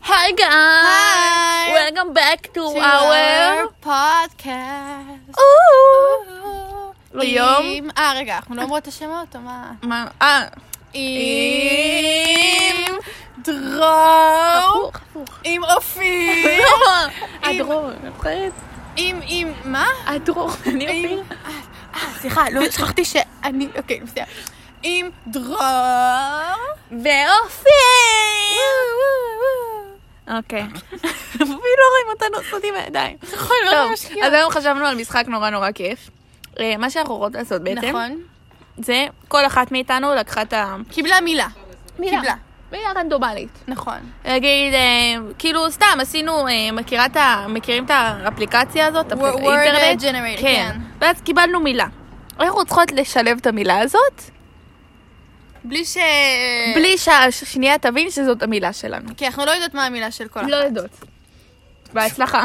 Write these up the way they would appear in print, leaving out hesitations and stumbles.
Hi guys! Hi! Welcome back to our our... podcast. היום... רגע, אנחנו לא אומרות את השמות או מה? מה? עם דרור. הפוך. עם אופיר. הדרור, נבחרת. עם מה? הדרור, אני אופיר. סליחה, לא שכחתי שאני... אוקיי, בסדר. עם דרור. ואופיר! אוקיי. אפילו לא רואים אותנו עושות עם הידיים. נכון, לא טוב, משקיע. אז היום חשבנו על משחק נורא כיף. מה שאנחנו רוצות לעשות בעצם, נכון. זה כל אחת מאיתנו לקחה את ה... קיבלה מילה. מילה רנדומלית. נכון. נגיד, כאילו סתם עשינו, מכירים את האפליקציה הזאת? Word האינטרנט? generator, כן. כן. ואז קיבלנו מילה. אנחנו צריכות לשלב את המילה הזאת, בלי שהשנייה תבין שזאת המילה שלנו. כי אנחנו לא יודעות מה המילה של כל אחת. לא יודעות. בהצלחה.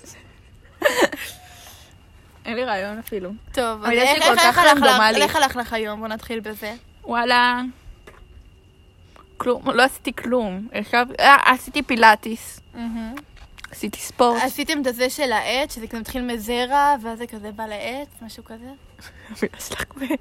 אין לי רעיון אפילו. טוב, אז המילה שלי כל כך רנדומלית. איך הלך לך היום? בוא נתחיל בזה. וואלה. כלום, לא עשיתי כלום. עשיתי פילאטיס. עשיתי ספורט. עשיתם את זה של העץ, שזה כזה מתחיל מזרע, ואז זה כזה בא לעץ, משהו כזה? המילה שלך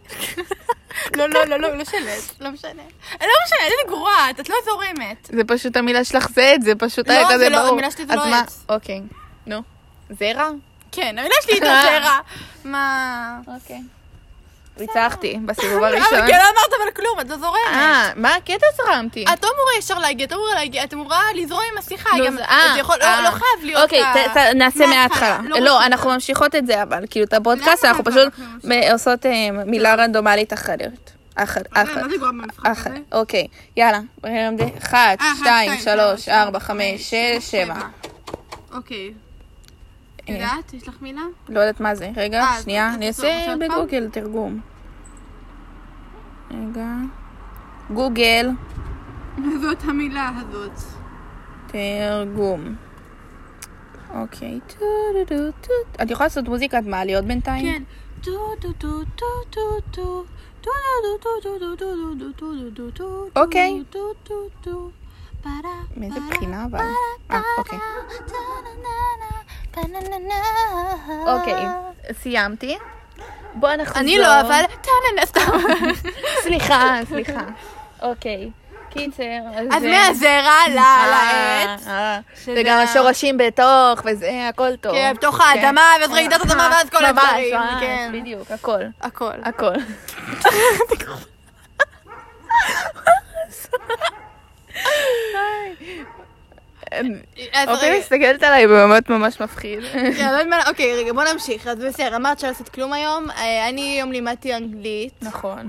לא של עץ, לא משנה. לא משנה, אני גרועה, את לא זורמת. זה פשוט המילה שלך זה, זה פשוט היה כזה ברור. לא, המילה שלי זה לא עץ. אוקיי, נו. זרע? כן, המילה שלי זה זרע. מה? אוקיי. ניצחתי בסיבוב הראשון. אבל כן, לא אמרת אבל כלום, את לא זורמת. מה הקטע זרמתי? את לא אמורה ישר להגיע, את אמורה לזרום עם השיחה. לא חייב להיות... אוקיי, נעשה מההתחלה. לא, אנחנו ממשיכות את זה, אבל כאילו את הפודקאסט, אנחנו פשוט עושות מילה רנדומלית אחרת. מה זה גורם במשחק הזה? אוקיי, יאללה. 1, 2, 3, 4, 5, 6, 7. אוקיי. יודעת? יש לך מילה? לא יודעת מה זה. רגע, שנייה. אז אני תעשו אעשה עוד בגוגל תרגום. רגע. גוגל. זאת המילה הזאת. תרגום. אוקיי. את יכולה לעשות מוזיקת מעליות בינתיים? כן. אוקיי. מאיזה בחינה אבל? אוקיי. אוקיי, סיימתי. בוא נחזור. אני לא, אבל... סתם. סליחה. אוקיי. קיצר, אז מהזרע לעץ. וגם השורשים בתוך, וזה, הכל טוב. כן, בתוך האדמה, ואז רעידת אדמה, ואז כל הדברים. כן. בדיוק, הכל. הכל. אוקיי, מסתכלת עליי באמת ממש מפחיד. אוקיי, רגע, בוא נמשיך. אז בסדר, אמרת שלא עשית כלום היום. אני היום לימדתי אנגלית. נכון.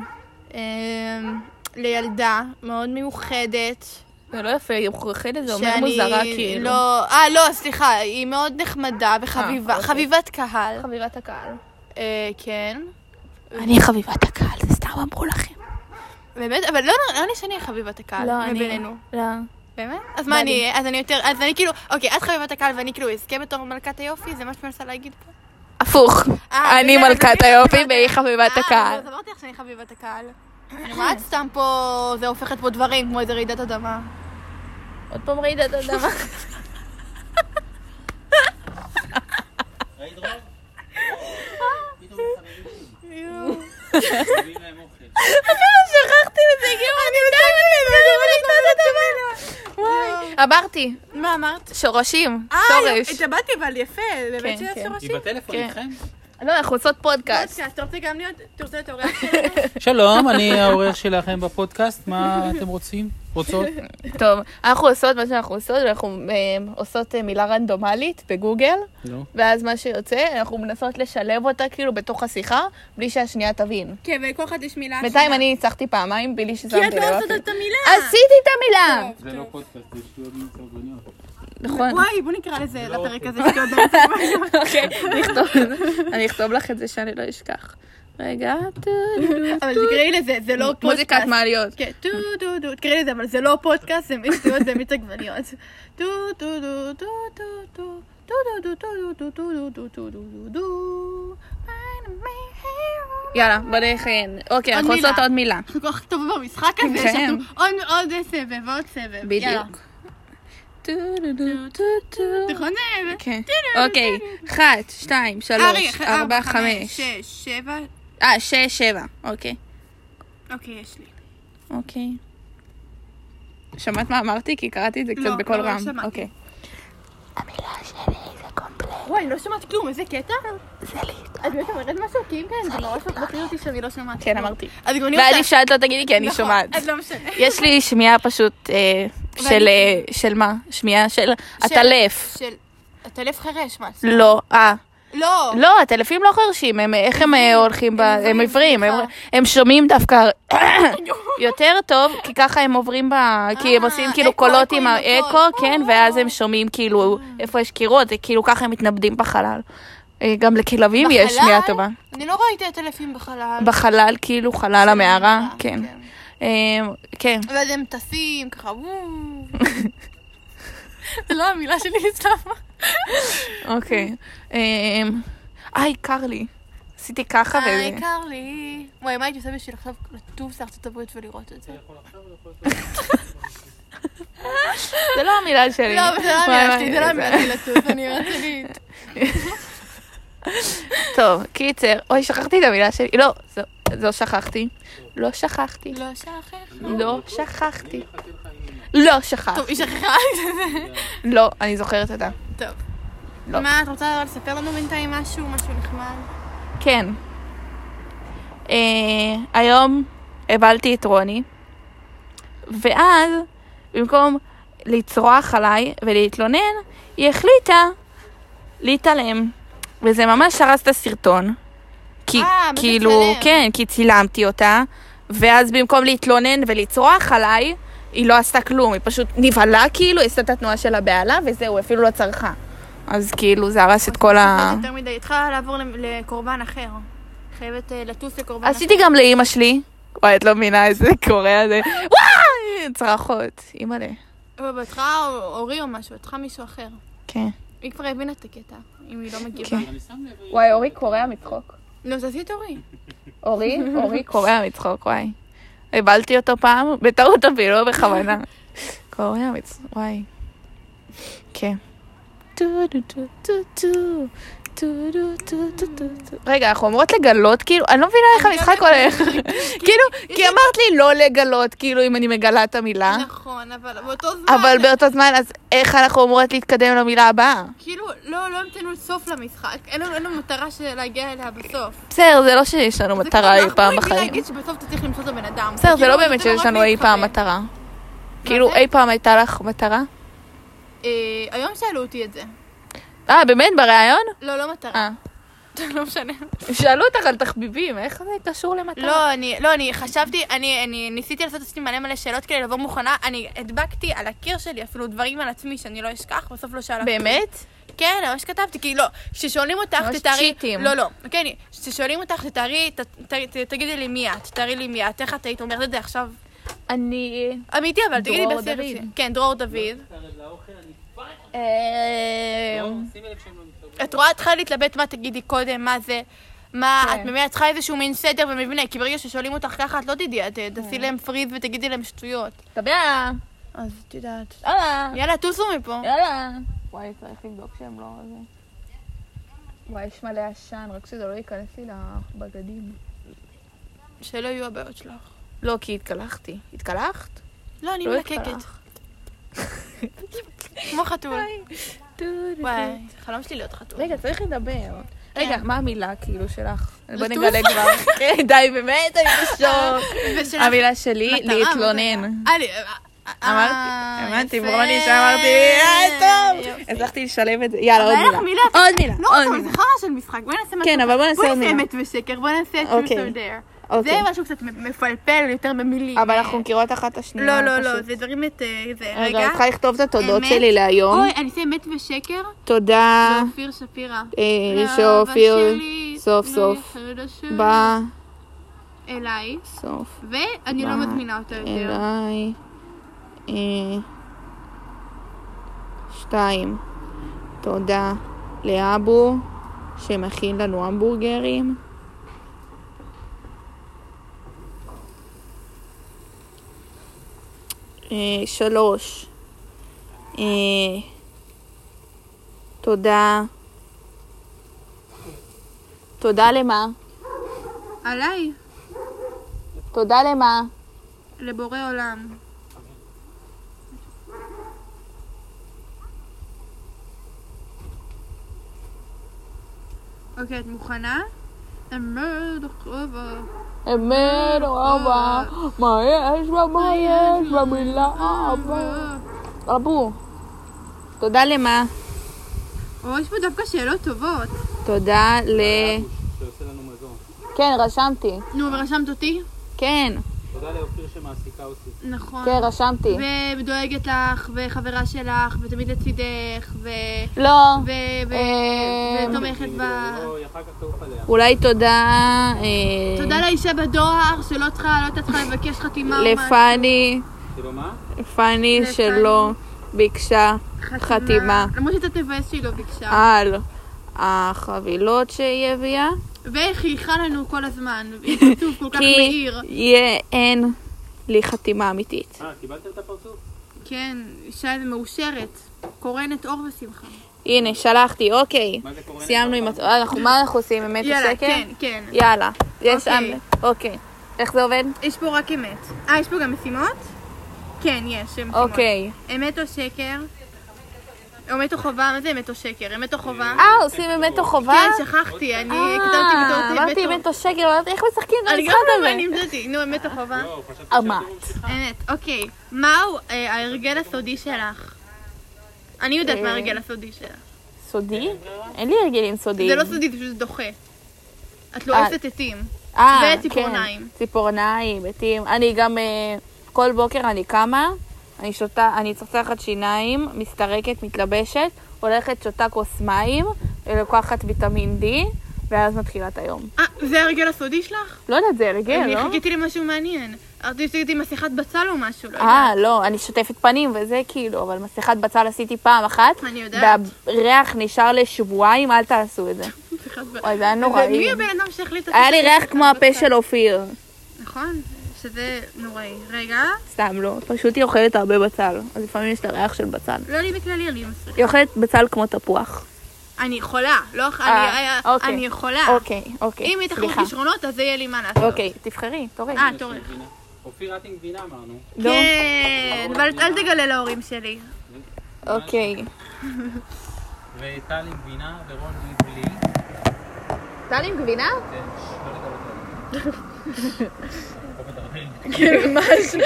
לילדה מאוד מיוחדת. זה לא יפה, היא מיוחדת, זה אומר מוזרה כאילו. לא, סליחה, היא מאוד נחמדה וחביבה. חביבת קהל. חביבת הקהל. כן. אני חביבת הקהל, זה סתם אמרו לכם. באמת? אבל לא נראה לי שאני חביבת הקהל. לא, אני... מבינינו. לא. באמת? אז מה אני אהיה? אז אני כאילו, אוקיי, את חביבת הקהל ואני כאילו אזכה בתור מלכת היופי? זה מה שאת מנסה להגיד פה? הפוך. אני מלכת היופי והיא חביבת הקהל. אז אמרתי לך שאני חביבת הקהל. אני מעט סתם פה, זה הופכת פה דברים כמו איזה רעידת אדמה. עוד פעם רעידת אדמה. ראית רוב? פתאום חברים להם אוכל. אפילו שכחתי וזה הגיעו אמרתי. מה אמרת? שורשים. שורש. התלבטתי אבל יפה, באמת כן, שזה כן. שורשים. היא בטלפון איתכם? לא, אנחנו עושות פודקאסט. אתה רוצה גם להיות, אתה רוצה להיות אורח? שלום, אני העורך שלכם בפודקאסט, מה אתם רוצים? רוצות? טוב, אנחנו עושות מה שאנחנו עושות, אנחנו עושות מילה רנדומלית בגוגל, לא. ואז מה שיוצא, אנחנו מנסות לשלב אותה כאילו בתוך השיחה, בלי שהשנייה תבין. כן, וכל אחד יש מילה. בינתיים אני ניצחתי פעמיים, בלי ששמתי כי את לא עושה את המילה. עשיתי את המילה! זה לא פודקאסט, זה שטויות מצרגוניות. נכון. וואי, בוא נקרא לזה, לפרק הזה שטויות במצרגוניות. אוקיי, אני אכתוב לך את זה שאני לא אשכח. רגע, אבל תקראי לזה, זה לא פודקאסט. מוזיקת מעליות. כן, תקראי לזה, אבל זה לא פודקאסט, זה שטויות, זה מצרגוניות. יאללה, בוא נכן. אוקיי, אנחנו עושות עוד מילה. אנחנו כל כך טוב במשחק הזה, כן. שעשו עוד סבב, עוד סבב. בדיוק. נכון? כן. אוקיי, 1, 2, 3, 4, 5. 6, 7. 6, 7. אוקיי. אוקיי, יש לי. אוקיי. שמעת מה אמרתי? כי קראתי את זה קצת בקול רם. לא שמעתי. אוקיי. המילה שלי זה קומפלט. וואי, אני לא שמעתי כלום, איזה קטע? זה לי. את באמת אומרת משהו? כי אם כן, זה ממש מטריד אותי שאני לא שומעת. כן, אמרתי. אז גם אני ואז שאלת לא תגידי כי אני נכון, שומעת. אז לא משנה. יש לי שמיעה פשוט של מה? שמיעה של הטלף. הטלף חירש, מה? לא, לא. לא, הטלפים לא חרשים, איך הם הולכים, הם עיוורים, הם שומעים דווקא יותר טוב, כי ככה הם עוברים כי הם עושים כאילו קולות עם האקו, כן, ואז הם שומעים כאילו איפה יש קירות, זה כאילו ככה הם מתנבדים בחלל. גם לכלבים יש שמיעה טובה. אני לא ראיתי הטלפים בחלל. בחלל, כאילו חלל המערה, כן. כן. ואז הם טסים, ככה, זה לא המילה שלי, סתם. אוקיי. קר לי. עשיתי ככה קר לי. וואי, מה הייתי עושה בשביל עכשיו לטוס לארצות הברית ולראות את זה? זה לא המילה שלי. לא, זה לא המילה שלי, זה לא המילה שלי לטוס, אני רצינית. טוב, קיצר. אוי, שכחתי את המילה שלי. לא, זו שכחתי. לא שכחתי. לא שכחתי. לא שכחתי. טוב, היא שכחה. לא, אני זוכרת אותה. טוב. לא. מה, את רוצה לספר לנו בינתיים משהו נחמד? כן. היום הבלתי את רוני, ואז במקום לצרוח עליי ולהתלונן, היא החליטה להתעלם. וזה ממש הרס את הסרטון. כאילו, כן, כי צילמתי אותה, ואז במקום להתלונן ולצרוח עליי, היא לא עשתה כלום, היא פשוט נבהלה כאילו, היא עשתה את התנועה של הבעלה, וזהו, אפילו לא צרכה. אז כאילו, זה הרס את כל יותר מדי, היא צריכה לעבור לקורבן אחר. חייבת לטוס לקורבן אחר. עשיתי גם לאמא שלי. וואי, את לא מבינה איזה קורה, זה... וואי! צרחות, אימא'לה. אבל בהתחלה אורי או משהו, בהתחלה מישהו אחר. כן. היא כבר הבינה את הקטע, אם היא לא מגיבה. וואי, אורי קורע מצחוק. לא, תעשי את אורי. אורי קורע מצחוק, וואי. הבלתי אותו פעם, בטעות אפילו, בכוונה. קורע מצחוק, וואי. כן. רגע, אנחנו אומרות לגלות, כאילו, אני לא מבינה איך המשחק הולך. כאילו, כי אמרת לי לא לגלות, כאילו, אם אני מגלה את המילה. נכון, אבל באותו זמן, אז איך אנחנו אומרות להתקדם למילה הבאה? כאילו, לא המתנו סוף למשחק. אין לנו מטרה להגיע אליה בסוף. בסדר, זה לא שיש לנו מטרה אי פעם בחיים. אנחנו להגיד שבסוף אתה צריך למצוא את הבן אדם. בסדר, זה לא באמת שיש לנו אי פעם מטרה. כאילו, אי פעם הייתה לך מטרה? היום שאלו אותי את זה. באמת? בראיון? לא מטרה. לא משנה. שאלו אותך על תחביבים, איך זה קשור למטרה? אני חשבתי, אני ניסיתי לעשות עצמי מלא שאלות כאלה, לבוא מוכנה, אני הדבקתי על הקיר שלי אפילו דברים על עצמי שאני לא אשכח, בסוף לא שאלה. באמת? כן, ממש כתבתי, כי לא, כששואלים אותך, תתארי... לא, כן, כששואלים אותך, תגידי לי מי את, תתארי לי מי את, איך את היית אומרת את זה עכשיו? אני... אמיתי, אבל תגידי בסרט. כן, דרור דוד. את רואה, את צריכה להתלבט מה תגידי קודם, מה זה, את באמת צריכה איזשהו מין סדר ומבנה, כי ברגע ששואלים אותך ככה, את לא תדעי, את תעשי להם פריז ותגידי להם שטויות. תביעה. אז את יודעת. יאללה, טוסו מפה. יאללה. וואי, צריך לבדוק שהם לא... וואי, יש מלא עשן, רק שזה לא ייכנס לי לבגדים. שלא יהיו הבעיות שלך. לא, כי התקלחתי. התקלחת? לא, אני מלקקת. כמו חתול. וואי, חלום שלי להיות חתול. רגע, צריך לדבר. רגע, מה המילה כאילו שלך? בוא נגלה כבר. די, באמת, אני בשוק. המילה שלי, להתלונן. אמרתי, ברוני שאמרתי, טוב. הצלחתי לשלב את זה. יאללה, עוד מילה. עוד מילה. לא, זה חרא של משחק. בואי נעשה משהו. כן, אבל בוא נעשה מילה. בואי נעשה אמת ושקר, בואי נעשה את truth or dare. זה משהו קצת מפלפל יותר במילים. אבל אנחנו מכירות אחת השנייה. לא, זה דברים את זה. רגע, אני צריכה לכתוב את התודות שלי להיום. אוי, אני אעשה אמת ושקר. תודה. שאופיר שפירא. שאופיר סוף סוף בא אליי. סוף. ואני לא מזמינה אותה יותר. אליי. 2. תודה לאבו שמכין לנו המבורגרים. 3. תודה. תודה למה? עליי, תודה למה? לבורא עולם. אוקיי, את מוכנה? אמת רבה. אמת רבה, מה יש בה, מה יש במילה אהבה. רבו. תודה למה? או, יש פה דווקא שאלות טובות. תודה שעושה לנו מזון. כן, רשמתי. נו, ורשמת אותי? כן, תודה לאופיר שמעסיקה אותי. נכון. כן, רשמתי. ודואגת לך, וחברה שלך, ותמיד לצידך, לא. ותומכת בה. לא, אחר כך תעוף עליה. אולי תודה תודה לאישה בדואר, שלא צריכה לבקש חתימה או משהו. לפני, כאילו מה? פני לפני. שלא ביקשה חתימה למרות שאתה תבאס שהיא לא ביקשה. על החבילות שהיא הביאה, וחייכה לנו כל הזמן, היא פרצוף כל כך כי מהיר. אין לי חתימה אמיתית. קיבלתם את הפרצוף? כן, אישה מאושרת, קורנת אור ושמחה. הנה, שלחתי, אוקיי. מה זה קורא? סיימנו עם... מה אנחנו עושים? אמת יאללה, השקר? כן, כן. יאללה. יש אוקיי. אוקיי. איך זה עובד? יש פה רק אמת. יש פה גם משימות? כן, יש משימות. אוקיי. אמת או שקר? אמת או חובה? מה זה אמת או שקר? אמת או חובה? עושים אמת או חובה? כן, שכחתי, אני כתבתי בתור אמרתי אמת או שקר, אמרתי איך משחקים את אני המשחק גם הזה? אני נמדתי, נו, אמת או חובה? לא, חשבתי אמת. אמת, אוקיי. מהו ההרגל הסודי שלך? אני יודעת מה ההרגל הסודי שלך. סודי? אין לי הרגלים סודיים. זה לא סודי, זה פשוט דוחה. את לועסת עטים. וציפורניים. כן. ציפורניים, עטים. אני גם כל בוקר אני קמה, אני צוחצחת שיניים, מסתרקת, מתלבשת, הולכת שותה כוס מים, ולוקחת ויטמין D, ואז מתחילה את היום. זה ההרגל הסודי שלך? לא יודעת, זה הרגל, אני לא? חיכיתי למשהו מעניין. רציתי מסכת בצל או משהו, לא יודעת. לא, אני שוטפת פנים וזה כאילו, אבל מסכת בצל עשיתי פעם אחת, אני יודעת. והריח נשאר לשבועיים, אל תעשו את זה. אוי, זה היה נוראי. מי הבן אדם שהחליט... היה לי ריח כמו הפה של אופיר. נכון, שזה נוראי. רגע. סתם לא, פשוט היא אוכלת הרבה בצל, אז לפעמים יש את הריח של בצל. לא לי בכללי, אני מסריחה. היא אוכלת בצל כמו תפוח. אני יכולה, לא אוקיי. אני יכולה. אוקיי, אם היא תחלוק סליחה. כישרונות, אז זה יהיה לי מה לעשות. אוקיי, תבחרי, תורי. תורך. אופיר, את עם גבינה אמרנו. לא. כן, אבל אל תגלה להורים שלי. אוקיי. וטל עם גבינה ורון בלי. טל עם גבינה? כן, לא לגלות. כן, ממש.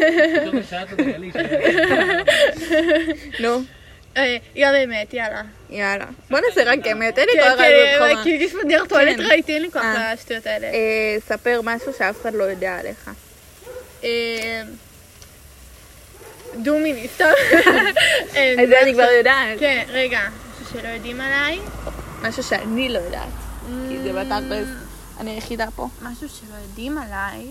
נו. יאללה אמת, יאללה. יאללה. בוא נעשה רק אמת, אין לי כן, כוח לעשות כן, חומה. כי יש פה נייר טואלט כן. ראיתי, אין לי כוח לשטויות האלה. ספר משהו שאף אחד לא יודע עליך. דומיני, סתם. את זה אני כבר יודעת. כן, רגע, משהו שלא יודעים עליי. משהו שאני לא יודעת. כי זה בתכלס, אני היחידה פה. משהו שלא יודעים עליי.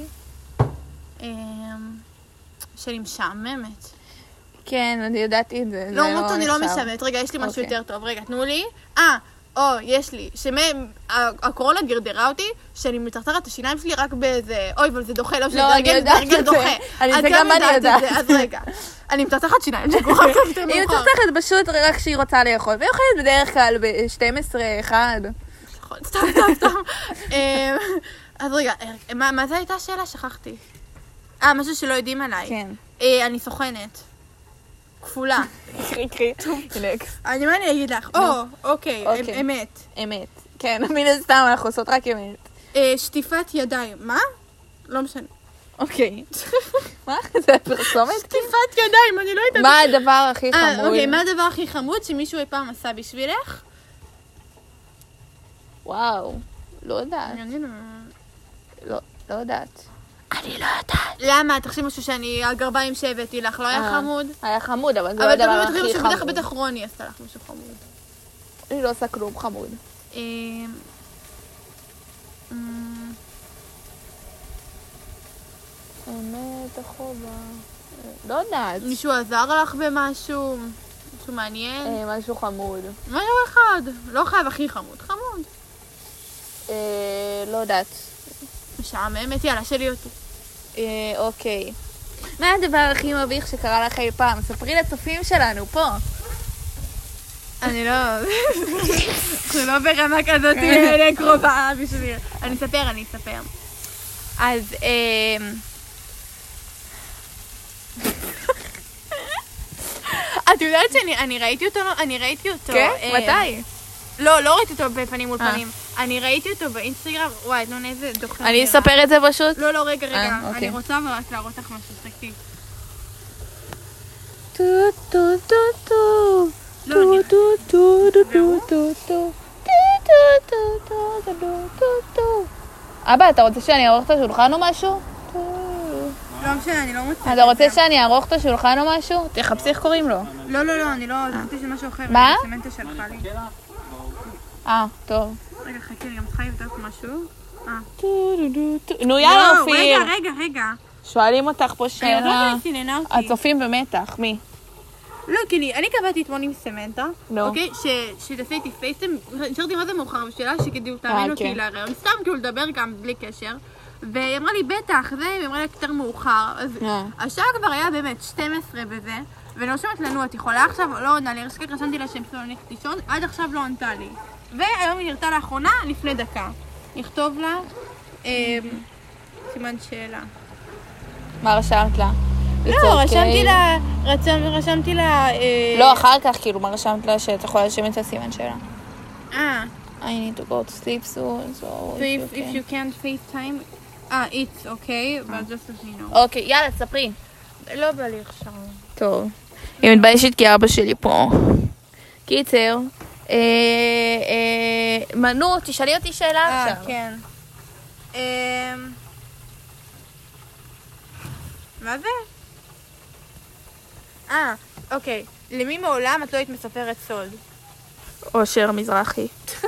שאני משעממת. כן, אני ידעתי את זה. לא, מוטו, אני לא משעממת. רגע, יש לי משהו יותר טוב. רגע, תנו לי. יש לי. הקורונה דרדרה אותי, שאני מצחצחת את השיניים שלי רק באיזה... אוי, אבל זה דוחה, לא לא, אני יודעת את זה. זה גם אני יודעת. אז רגע. אני מצחצחת שיניים שכוחה יותר מאוחר. היא מצחצחת פשוט רק כשהיא רוצה לאכול. והיא אוכלת בדרך כלל ב-12, 1. סתם. אז רגע, מה זה הייתה השאלה? שכחתי. משהו שלא יודעים עליי. כן. אני סוכנת. כפולה. קרי. מה אני אגיד לך? אוקיי, אמת. אמת. כן, מן הסתם אנחנו עושות רק אמת. שטיפת ידיים. מה? לא משנה. אוקיי. מה? זה פרסומת? שטיפת ידיים, אני לא יודעת. מה הדבר הכי חמוד? אוקיי, מה הדבר הכי חמוד שמישהו אי פעם עשה בשבילך? וואו. לא יודעת. לא יודעת. אני לא יודעת. למה? תחשבי משהו הגרביים שהבאתי לך, לא היה חמוד? היה חמוד, אבל זה לא הדבר הכי חמוד. בטח רוני עשתה לך משהו חמוד. אני לא עושה כלום חמוד. אמת החובה. לא יודעת. מישהו עזר לך במשהו? משהו מעניין? משהו חמוד. משהו אחד. לא חייב הכי חמוד. חמוד. לא יודעת. משעממת, יאללה, שלי אותי. אוקיי. מה הדבר הכי מביך שקרה לך אי פעם? ספרי לצופים שלנו, פה. אני לא... זה לא ברמה כזאת קרובה בשביל... אני אספר. אז, את יודעת שאני ראיתי אותו... כן? מתי? לא ראיתי אותו בפנים מול פנים. אני ראיתי אותו באינסטגרם. וואי, תנו איזה דוחה. אני אספר את זה פשוט? לא, רגע. אוקיי. אני רוצה רק להראות לך משהו, תקתי. טו טו טו טו לא, טו טו טו טו טו טו טו. אבא, אתה רוצה שאני אערוך את השולחן או משהו? לא משנה, אני לא מוצאת. אתה רוצה שאני אערוך את השולחן או משהו? תחפשי איך קוראים לו. לא, אני לא... זכרתי שזה משהו אחר. מה? סמנטה שלך לי. טוב. רגע, חכי, אני גם צריכה לבדוק משהו. נו, יאללה, אופיר. רגע. שואלים אותך פה שאלה. אני סיננה אותי. הצופים במתח, מי? לא, כי אני קבעתי אתמול עם סמנטה, נו. אוקיי? שתעשה איתי פייסטים, נשארתי מה זה מאוחר בשאלה, שכדי תאמין אותי כן. להיריון, סתם כאילו לדבר גם בלי קשר. והיא אמרה לי, בטח, היא אמרה לי יותר מאוחר. אז השעה כבר היה באמת 12 בזה, ואני רושמת לנו, את יכולה עכשיו, לא עונה לי, רשמתי לה שם שלא הולכת לישון, עד עכשיו לא ענתה לי. והיום היא נראתה לאחרונה, לפני דקה. נכתוב לה, סימן שאלה. מה רשמת לה? לא, רשמתי לה... לא, אחר כך, כאילו, מה רשמת לה שאת יכולה לשם את הסימן שלה? I need to go to sleep soon, so if you can't FaceTime, it's okay, but just let me know. אוקיי, יאללה, ספרי. לא בא לי עכשיו. טוב. היא מתביישת כי אבא שלי פה. קיצר. נו, תשאלי אותי שאלה עכשיו. כן. מה זה? אוקיי. למי מעולם את לא היית מספרת סוד? אושר מזרחי.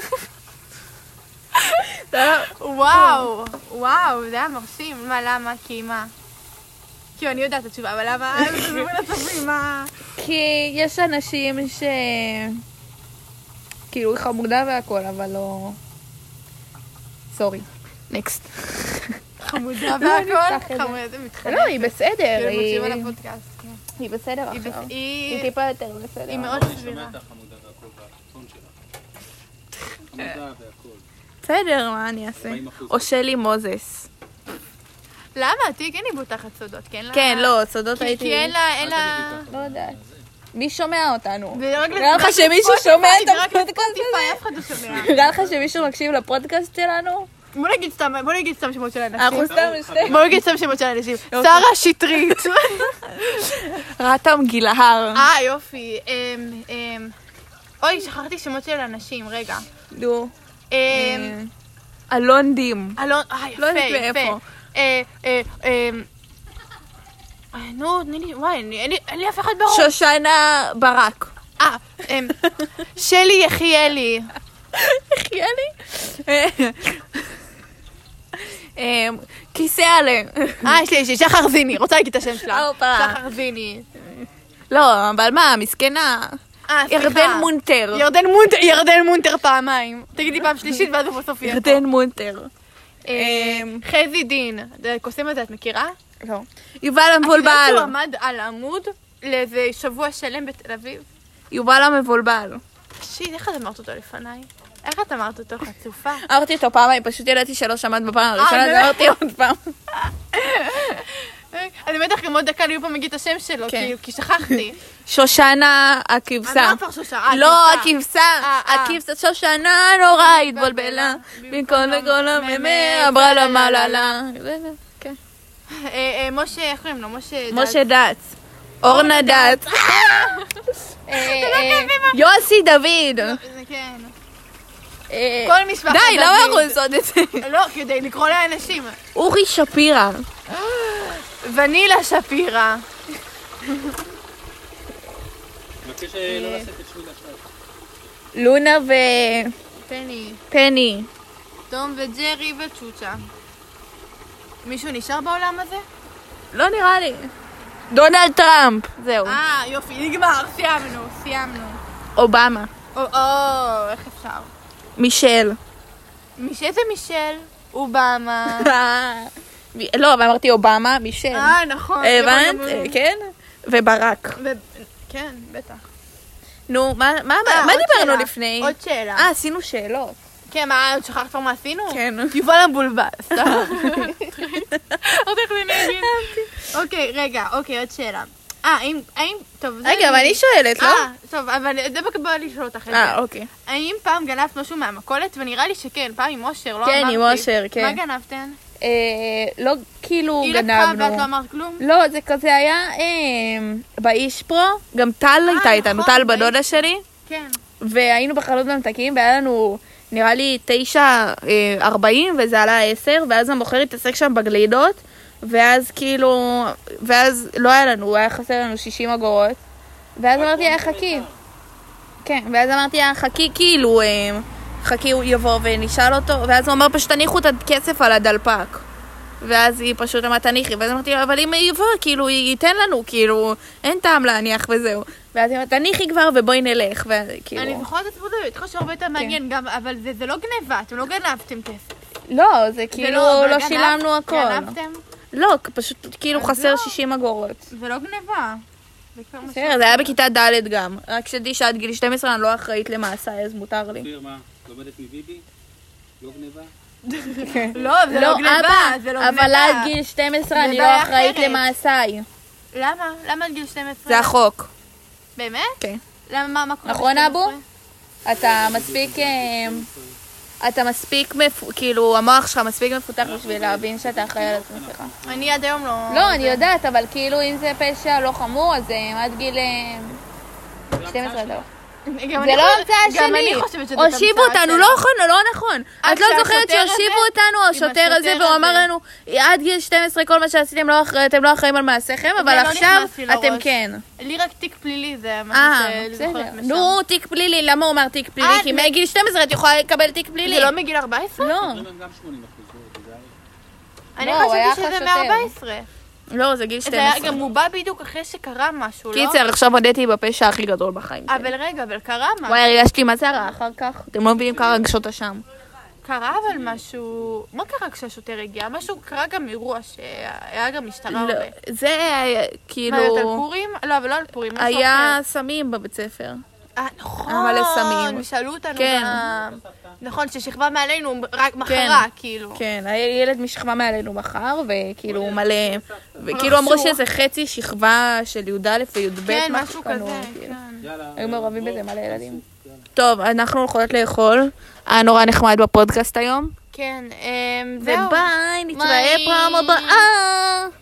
וואו, זה היה מרשים. מה, למה? כי מה? כי אני יודעת את התשובה, אבל למה? מה? כי יש אנשים ש... כאילו, היא חמודה והכל, אבל לא... סורי. נקסט. חמודה והכל? חמודה, זה מתחלק. לא, היא בסדר. כאילו, מקשיבה לפודקאסט, כן. היא בסדר עכשיו. היא טיפה יותר בסדר. היא מאוד סבירה. חמודה והכל ברצון שלה. חמודה והכל. בסדר, מה אני אעשה? 40%. או שלי מוזס. למה? תהי כן היא בוטחת סודות, כן? כן, לא, סודות הייתי... כי אין לה... לא יודעת. מי שומע אותנו? נראה נראה לך שמישהו שומע את הפודקאסט הזה? אף אחד לא שומע. נראה לך שמישהו מקשיב לפודקאסט שלנו? בוא נגיד סתם שמות של האנשים. אנחנו סתם שתי. בוא נגיד סתם שמות של האנשים. שרה שטרית. רתם גילהר. יופי. אוי, שכחתי שמות של אנשים, רגע. נו. אלון דים. אלון, לא יודעת יפה. מאיפה. נו, תני לי, וואי, אין לי אף אחד בראש. שושנה ברק. שלי יחיילי. יחיילי? כיסא עלה. יש לי, שחר זיני, רוצה להגיד את השם שלה. הופה. שחר זיני. לא, אבל מה, מסכנה. ירדן מונטר. ירדן מונטר פעמיים. תגידי פעם שלישית ואז הוא בסוף יהיה פה. ירדן מונטר. חזי דין. קוסם הזה את מכירה? לא. יובל המבולבל. את יודעת שהוא עמד על עמוד לאיזה שבוע שלם בתל אביב? יובל המבולבל. שיט, איך את אמרת אותו לפניי? איך את אמרת אותו חצופה? אמרתי אותו פעמיים, פשוט ידעתי שלא שמעת בפעם הראשונה, אז אמרתי עוד פעם. אני בטח גם עוד דקה לי פעם אגיד את השם שלו, כי שכחתי. שושנה הכבשה. אמרת כבר שושנה, לא, הכבשה, שושנה נורא התבלבלה. במקום לכל הממה, אמרה לה מעללה. כן. משה, איך קוראים לו? משה דץ. אורנה דץ. יוסי דוד. כן. כל משפחה דוד. די, למה אנחנו עושות את זה? לא, כדי לקרוא לאנשים. אורי שפירא. ונילה שפירא. מבקש לא לעשות את שמי לשבת. לונה פני. תום וג'רי וצ'וצ'ה. מישהו נשאר בעולם הזה? לא נראה לי. דונלד טראמפ. זהו. יופי, נגמר, סיימנו. אובמה. איך אפשר? מישל. איזה מישל? אובמה. לא, אבל אמרתי אובמה, מישל. נכון. הבנת? כן? וברק. כן, בטח. נו, מה עוד דיברנו שאלה. לפני? עוד שאלה. עשינו שאלות. כן, מה, עוד שכחת כבר מה עשינו? כן. יובל המבולבל, סתם. עוד איך אני אגיד. אוקיי, רגע, עוד שאלה. האם, טוב, זה... רגע, אבל אני שואלת, לא? טוב, אבל זה בא לשאול אותך את זה. אוקיי. האם פעם גנבת משהו מהמכולת? ונראה לי שכן, פעם עם אושר, לא אמרתי. כן, עם אושר, כן. מה גנבתן? לא כאילו היא לקחה גנבנו. ואת לא אמרת כלום? לא, זה כזה היה באיש פרו, גם טל הייתה איתנו, נכון, טל בדודה באיש שלי, כן. והיינו בחנות ממתקים, והיה לנו, נראה לי 9.40, וזה עלה 10, ואז המוכר התעסק שם בגלידות, ואז כאילו, ואז לא היה לנו, היה חסר לנו 60 אגורות, ואז אמרתי, חכי. כן, ואז אמרתי, חכי, כאילו, חכי הוא יבוא ונשאל אותו, ואז הוא אמר, פשוט תניחו את הכסף על הדלפק. ואז היא פשוט אמרה, תניחי, ואז אמרתי, אבל אם היא יבוא, כאילו, היא ייתן לנו, כאילו, אין טעם להניח וזהו. ואז היא אמרה, תניחי כבר ובואי נלך, וכאילו... אני זוכרת את זה, איתך שהרבה יותר מעניין, גם, אבל זה לא גניבה, אתם לא גנבתם כסף. לא, זה כאילו, לא שילמנו הכל. גנבתם? לא, פשוט כאילו אז חסר לא. 60 אגורות. זה לא גניבה. בסדר, זה היה בכיתה ד' גם. רק שתדעי שעד גיל 12 אני לא אחראית למעשה, אז מותר לי. אופיר, מה? לומדת מביבי? לא גניבה? לא, זה לא גניבה, זה לא גניבה. אבל עד גיל 12 אני לא בעיה אחראית אחרת. למעשיי. למה? למה עד גיל 12? זה החוק. באמת? כן. למה, מה קורה? נכון, ב- אבו? אתה מספיק, כאילו, המוח שלך מספיק מפותח בשביל להבין שאתה אחראי על עצמך. אני עד היום לא... לא, אני יודעת, אבל כאילו, אם זה פשע לא חמור, אז עד גיל 12 לא. זה לא המצאה שלי. גם אני חושבת שזאת המצאה הושיבו אותנו, לא נכון. את לא זוכרת שהשוטר שהושיבו הזה? אותנו, השוטר הזה, והוא אמר לנו, עד גיל 12 כל מה שעשיתם אתם לא אחראים על מעשיכם, אבל לא עכשיו נכנס לי אתם לראש. כן. לי רק תיק פלילי זה משהו שאני בסדר. זוכרת משם. נו, תיק פלילי, למה הוא אמר תיק פלילי? כי מגיל 12 את יכולה לקבל תיק פלילי. זה לא מגיל 14? לא, אומרים הם גם 80%, תיזהרי. אני לא, הוא היה חשבתי שזה לך מ-14. לא, זה גיל זה היה 12. גם הוא בא בדיוק אחרי שקרה משהו, לא? קיצר, עכשיו הודיתי בפשע הכי גדול בחיים שלי. אבל רגע, אבל קרה משהו. וואי, הרגשתי מה זה הרע אחר כך. אתם לא מבינים כמה רגשות אשם. קרה אבל משהו... מה קרה כשהשוטר הגיע? משהו קרה גם אירוע שהיה גם משטרה לא, הרבה. זה כאילו... מה, על פורים? לא, אבל לא על פורים, משהו היה אחר. סמים בבית ספר. נכון, מלא סמים. שאלו אותנו כן. גם... נכון, ששכבה מעלינו רק כן. מחרה, כאילו. כן, היה ילד משכבה מעלינו מחר, וכאילו מלא... וכאילו אמרו שזה חצי שכבה של י"א וי"ב. כן, משהו כזה, כאילו. כן. יאללה. היו מעורבים בזה מלא ילדים. טוב, אנחנו הולכות לאכול. היה נורא נחמד בפודקאסט היום. כן, זהו. וביי, נתראה ביי. פעם הבאה.